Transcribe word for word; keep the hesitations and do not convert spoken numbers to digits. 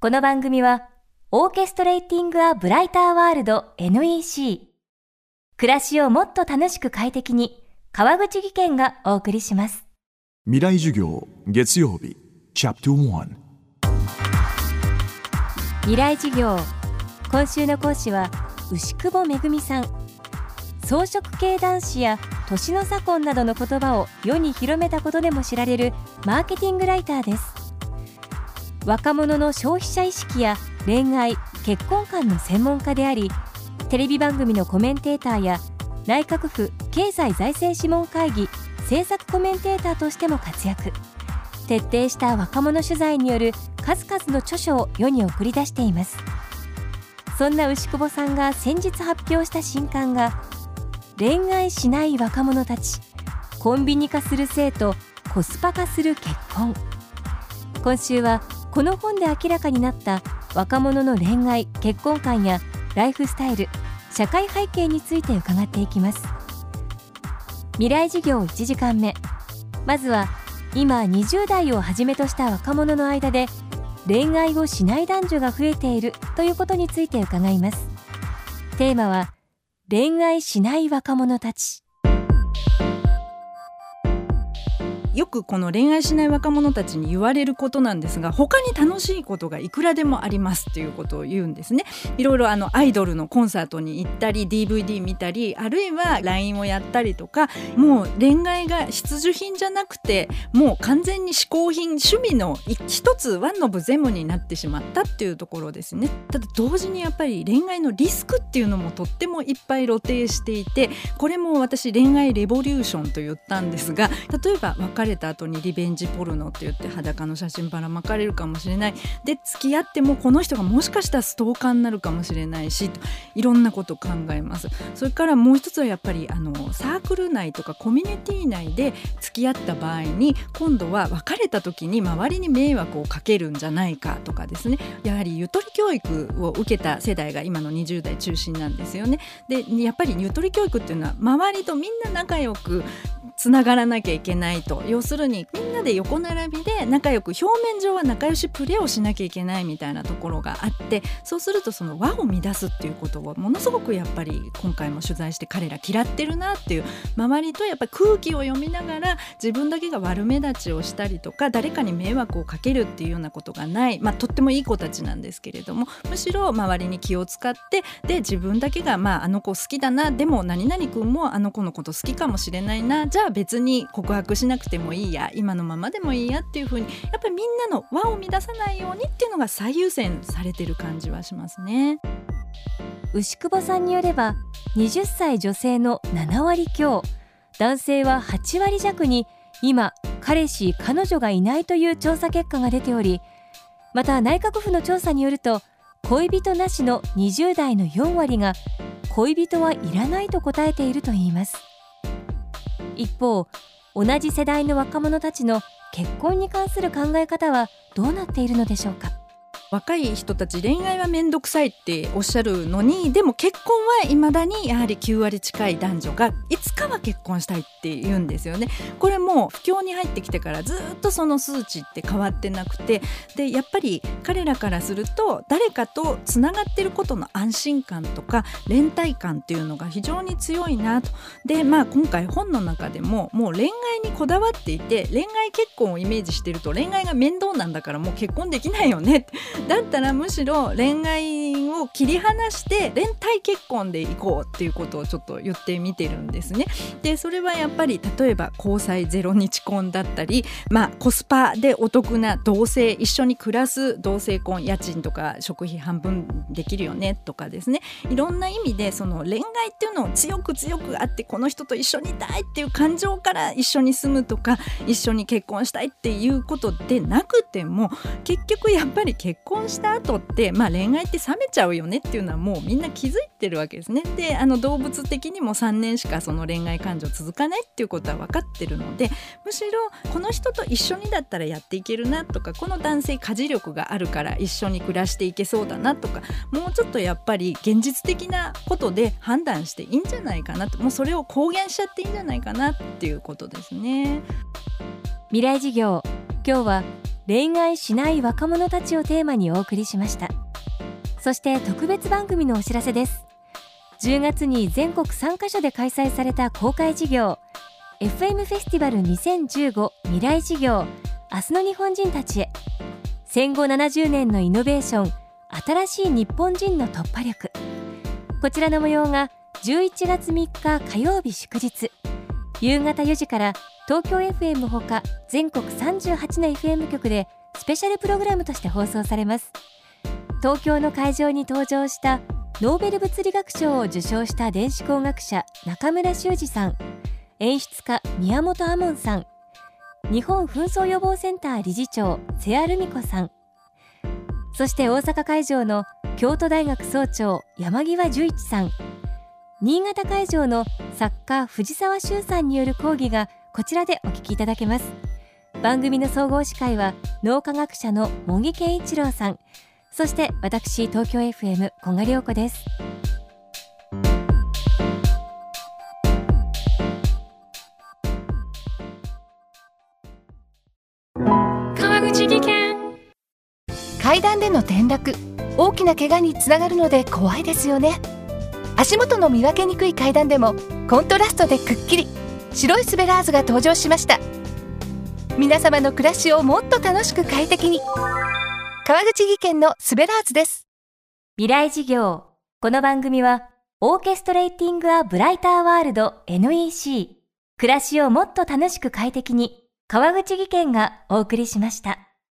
この番組はオーケストレーティング・ア・ブライター・ワールド エヌイーシー 暮らしをもっと楽しく快適に川口義賢がお送りします。 未来授業月曜日チャプターワン未来授業、今週の講師は牛久保恵さん。装飾系男子や年の差婚などの言葉を世に広めたことでも知られるマーケティングライターです。若者の消費者意識や恋愛・結婚観の専門家であり、テレビ番組のコメンテーターや内閣府経済財政諮問会議政策コメンテーターとしても活躍。徹底した若者取材による数々の著書を世に送り出しています。そんな牛久保さんが先日発表した新刊が、恋愛しない若者たち、コンビニ化する性とコスパ化する結婚。今週はこの本で明らかになった若者の恋愛・結婚観やライフスタイル、社会背景について伺っていきます。未来授業いちじかんめ、まずは今にじゅう代をはじめとした若者の間で恋愛をしない男女が増えているということについて伺います。テーマは恋愛しない若者たち。 よくこの恋愛しない若者たちに言われることなんですが、他に楽しいことがいくらでもありますということを言うんですね。いろいろあのアイドルのコンサートに行ったり ディーブイディー 見たり、あるいは ライン をやったりとか、もう恋愛が必需品じゃなくてもう完全に嗜好品、趣味の一つワンオブゼムになってしまったっていうところですね。ただ同時にやっぱり恋愛のリスクっていうのもとってもいっぱい露呈していて、これも私恋愛レボリューションと言ったんですが、例えば別れた後にリベンジポルノって言って裸の写真ばらまかれるかもしれない。で付き合ってもこの人がもしかしたらストーカーになるかもしれないし、いろんなことを考えます。それからもう一つはやっぱりあのサークル内とかコミュニティ内で付き合った場合に、今度は別れた時に周りに迷惑をかけるんじゃないかとかですね。やはりゆとり教育を受けた世代が今のにじゅう代中心なんですよね。でやっぱりゆとり教育っていうのは周りとみんな仲良くつながらなきゃいけないと。要するにみんなで横並びで仲良く、表面上は仲良しプレーをしなきゃいけないみたいなところがあって、そうするとその輪を乱すっていうことをものすごくやっぱり今回も取材して彼ら嫌ってるなっていう、周りとやっぱり空気を読みながら自分だけが悪目立ちをしたりとか、誰かに迷惑をかけるっていうようなことがない、まあ、とってもいい子たちなんですけれども、むしろ周りに気を使って、で自分だけが、まあ、あの子好きだな、でも何々君もあの子のこと好きかもしれないな、じゃあ別に告白しなくてもいいや、今のままでもいいやっていう風に、やっぱりみんなの輪を乱さないようにっていうのが最優先されてる感じはしますね。 牛久保さんによれば、はたち女性のなな割強、男性ははち割弱に今彼氏彼女がいないという調査結果が出ており、また内閣府の調査によると、恋人なしのにじゅう代のよん割が恋人はいらないと答えているといいます。一方、同じ世代の若者たちの結婚に関する考え方はどうなっているのでしょうか。 若い人たち恋愛はめんどくさいっておっしゃるのに、でも結婚は未だにやはりきゅう割近い男女がいつかは結婚したいって言うんですよね。これも不況に入ってきてからずっとその数値って変わってなくて、でやっぱり彼らからすると誰かとつながってることの安心感とか連帯感っていうのが非常に強いなと。で、まあ、今回本の中でももう恋愛にこだわっていて、恋愛結婚をイメージしてると恋愛が面倒なんだからもう結婚できないよね、だったらむしろ恋愛を切り離して連帯結婚でいこうっていうことをちょっと言ってみてるんですね。でそれはやっぱり例えば交際ゼロ日婚だったり、まあ、コスパでお得な同棲、一緒に暮らす同棲婚、家賃とか食費半分できるよねとかですね、いろんな意味でその恋愛っていうのを強く強くあって、この人と一緒にいたいっていう感情から一緒に住むとか一緒に結婚したいっていうことでなくても、結局やっぱり結婚した後って、まあ、恋愛って冷めちゃうよねっていうのはもうみんな気づいてるわけですね。であの動物的にもさんねんしかその恋愛感情続かないっていうことは分かってるので、むしろこの人と一緒にだったらやっていけるなとか、この男性家事力があるから一緒に暮らしていけそうだなとか、もうちょっとやっぱり現実的なことで判断していいんじゃないかなと、もうそれを公言しちゃっていいんじゃないかなっていうことですね。 未来事業、今日は恋愛しない若者たちをテーマにお送りしました。そして特別番組のお知らせです。じゅうがつに全国さんカ所で開催された公開事業 エフエム フェスティバルにせんじゅうご未来事業明日の日本人たちへ、戦後ななじゅうねんのイノベーション、新しい日本人の突破力。こちらの模様がじゅういちがつみっか火曜日祝日夕方よじから東京 エフエム ほか全国さんじゅうはちの エフエム 局でスペシャルプログラムとして放送されます。東京の会場に登場したノーベル物理学賞を受賞した電子工学者中村修二さん、演出家宮本亞門さん、日本紛争予防センター理事長瀬谷留美子さん、そして大阪会場の京都大学総長山際十一さん、新潟会場の作家藤沢修さんによる講義がこちらでお聞きいただけます。番組の総合司会は脳科学者の茂木健一郎さん、そして私東京 エフエム 古賀良子です。 川口技研。階段での転落、大きな怪我につながるので怖いですよね。足元の見分けにくい階段でもコントラストでくっきり白いスベラーズが登場しました。皆様の暮らしをもっと楽しく快適に、川口技研のスベラーズです。 未来事業。この番組はオーケストレーティング・ア・ブライター・ワールド エヌイーシー、 暮らしをもっと楽しく快適に、川口技研がお送りしました。